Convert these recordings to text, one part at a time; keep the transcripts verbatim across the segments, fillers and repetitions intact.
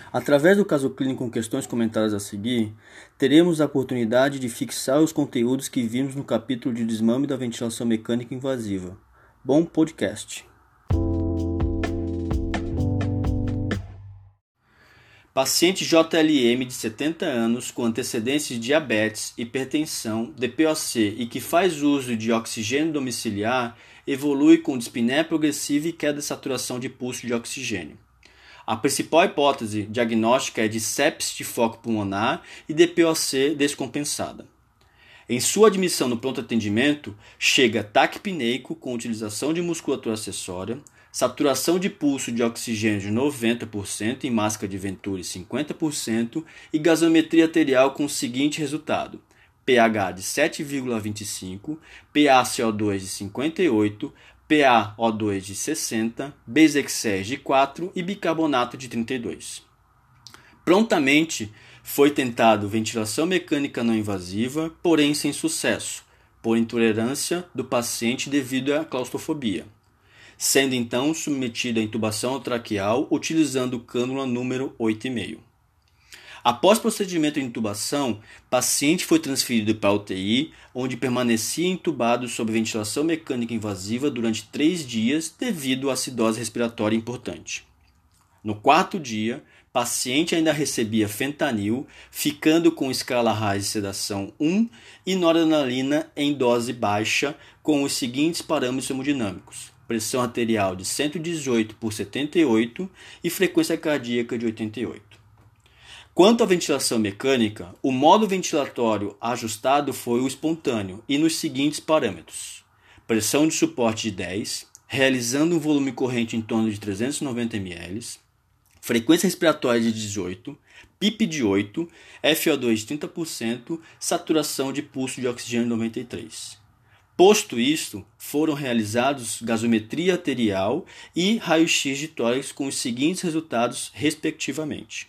Através do caso clínico com questões comentadas a seguir, teremos a oportunidade de fixar os conteúdos que vimos no capítulo de desmame da ventilação mecânica invasiva. Bom podcast! Paciente J L M de setenta anos com antecedentes de diabetes, hipertensão, D P O C e que faz uso de oxigênio domiciliar evolui com dispneia progressiva e queda de saturação de pulso de oxigênio. A principal hipótese diagnóstica é de sepse de foco pulmonar e D P O C descompensada. Em sua admissão no pronto atendimento, chega taquipneico com utilização de musculatura acessória, saturação de pulso de oxigênio de noventa por cento em máscara de Venturi cinquenta por cento e gasometria arterial com o seguinte resultado: pH de sete vírgula vinte e cinco, P A C O dois de cinquenta e oito, P A O dois de sessenta, Basexeg de quatro e bicarbonato de trinta e dois. Prontamente foi tentado ventilação mecânica não invasiva, porém sem sucesso, por intolerância do paciente devido à claustrofobia, sendo então submetido à intubação traqueal utilizando cânula número oito e meio. Após procedimento de intubação, paciente foi transferido para a U T I, onde permanecia intubado sob ventilação mecânica invasiva durante três dias devido à acidose respiratória importante. No quarto dia, paciente ainda recebia fentanil, ficando com escala Reis de sedação um e noradrenalina em dose baixa com os seguintes parâmetros hemodinâmicos: pressão arterial de cento e dezoito por setenta e oito e frequência cardíaca de oitenta e oito. Quanto à ventilação mecânica, o modo ventilatório ajustado foi o espontâneo e nos seguintes parâmetros: pressão de suporte de dez, realizando um volume corrente em torno de trezentos e noventa mililitros, frequência respiratória de dezoito, P I P de oito, F O dois de trinta por cento, saturação de pulso de oxigênio de noventa e três. Posto isto, foram realizados gasometria arterial e raio-x de tórax com os seguintes resultados respectivamente: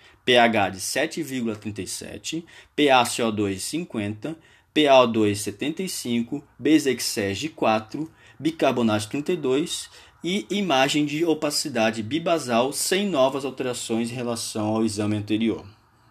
pH de sete vírgula trinta e sete, P A C O dois de cinquenta, P A O dois de setenta e cinco, Basexeg de quatro, bicarbonato de trinta e dois e imagem de opacidade bibasal sem novas alterações em relação ao exame anterior.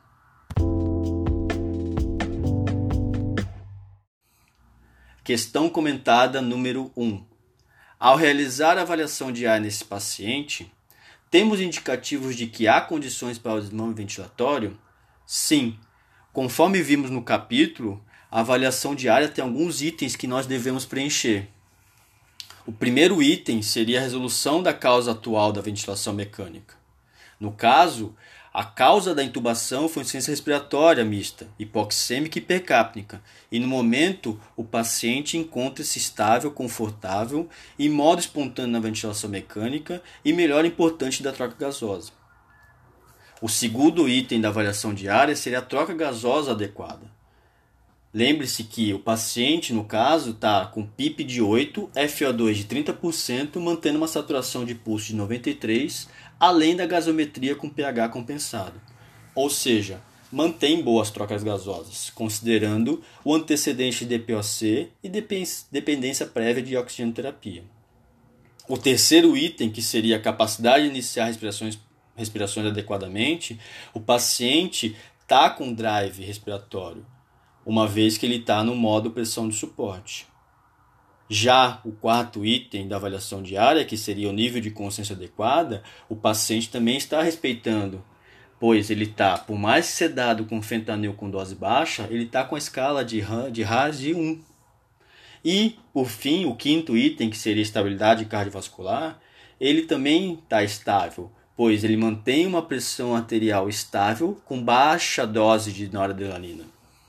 Questão comentada número um. Ao realizar a avaliação de ar nesse paciente, temos indicativos de que há condições para o desmame ventilatório? Sim. Conforme vimos no capítulo, a avaliação diária tem alguns itens que nós devemos preencher. O primeiro item seria a resolução da causa atual da ventilação mecânica. No caso, a causa da intubação foi insuficiência respiratória mista, hipoxêmica e hipercapnica, e no momento o paciente encontra-se estável, confortável, em modo espontâneo na ventilação mecânica e melhora importante da troca gasosa. O segundo item da avaliação diária seria a troca gasosa adequada. Lembre-se que o paciente, no caso, está com P I P de oito, F O dois de trinta por cento, mantendo uma saturação de pulso de noventa e três, além da gasometria com pH compensado. Ou seja, mantém boas trocas gasosas, considerando o antecedente de D P O C e dependência prévia de oxigenoterapia. O terceiro item, que seria a capacidade de iniciar respirações, respirações adequadamente, o paciente está com drive respiratório, uma vez que ele está no modo pressão de suporte. Já o quarto item da avaliação diária, que seria o nível de consciência adequada, o paciente também está respeitando, pois ele está, por mais sedado com fentanil com dose baixa, ele está com a escala de Reis de um. E, por fim, o quinto item, que seria a estabilidade cardiovascular, ele também está estável, pois ele mantém uma pressão arterial estável com baixa dose de noradrenalina.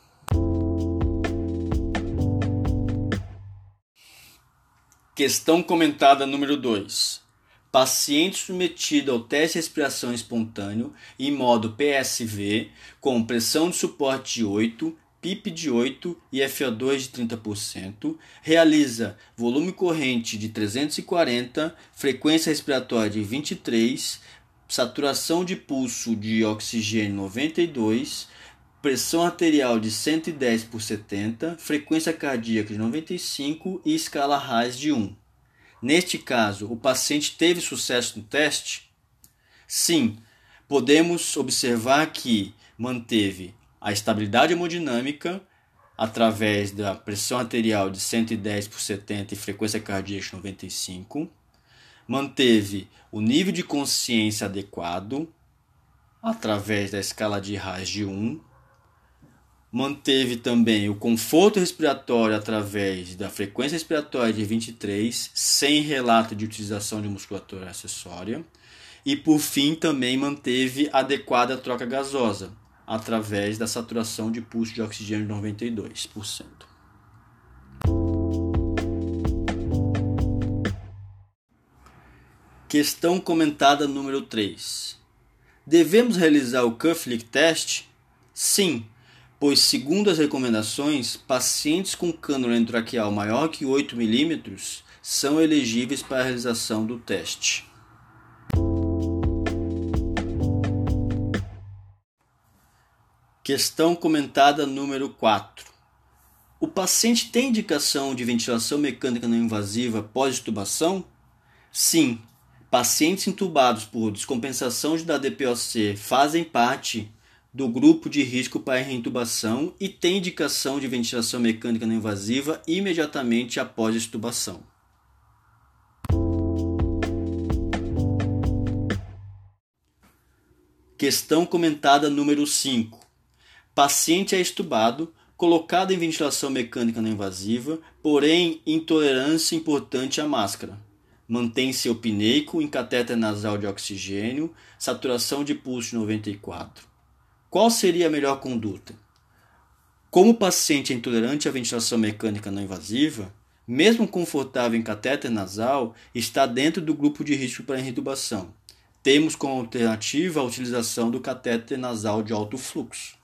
Questão comentada número dois. Paciente submetido ao teste de respiração espontâneo em modo P S V com pressão de suporte de oito, P I P de oito e F O dois de trinta por cento, realiza volume corrente de trezentos e quarenta, frequência respiratória de vinte e três, saturação de pulso de oxigênio noventa e dois, pressão arterial de cento e dez por setenta, frequência cardíaca de noventa e cinco e escala Reis de um. Neste caso, o paciente teve sucesso no teste? Sim, podemos observar que manteve a estabilidade hemodinâmica através da pressão arterial de cento e dez por setenta e frequência cardíaca de noventa e cinco, manteve o nível de consciência adequado através da escala de Reis de um, manteve também o conforto respiratório através da frequência respiratória de vinte e três, sem relato de utilização de musculatura acessória, e por fim também manteve adequada troca gasosa através da saturação de pulso de oxigênio de noventa e dois por cento. Questão comentada número três. Devemos realizar o Cuff-Lick Test? Sim, pois segundo as recomendações, pacientes com cânula endotraqueal maior que oito milímetros são elegíveis para a realização do teste. Questão comentada número quatro. O paciente tem indicação de ventilação mecânica não invasiva pós-intubação? Sim, pacientes intubados por descompensação da D P O C fazem parte do grupo de risco para reintubação e têm indicação de ventilação mecânica não invasiva imediatamente após a extubação. Questão comentada número cinco. Paciente é extubado, colocado em ventilação mecânica não invasiva, porém intolerância importante à máscara. Mantém-se eupneico em catéter nasal de oxigênio, saturação de pulso de noventa e quatro. Qual seria a melhor conduta? Como o paciente é intolerante à ventilação mecânica não invasiva, mesmo confortável em catéter nasal, está dentro do grupo de risco para reintubação. Temos como alternativa a utilização do catéter nasal de alto fluxo.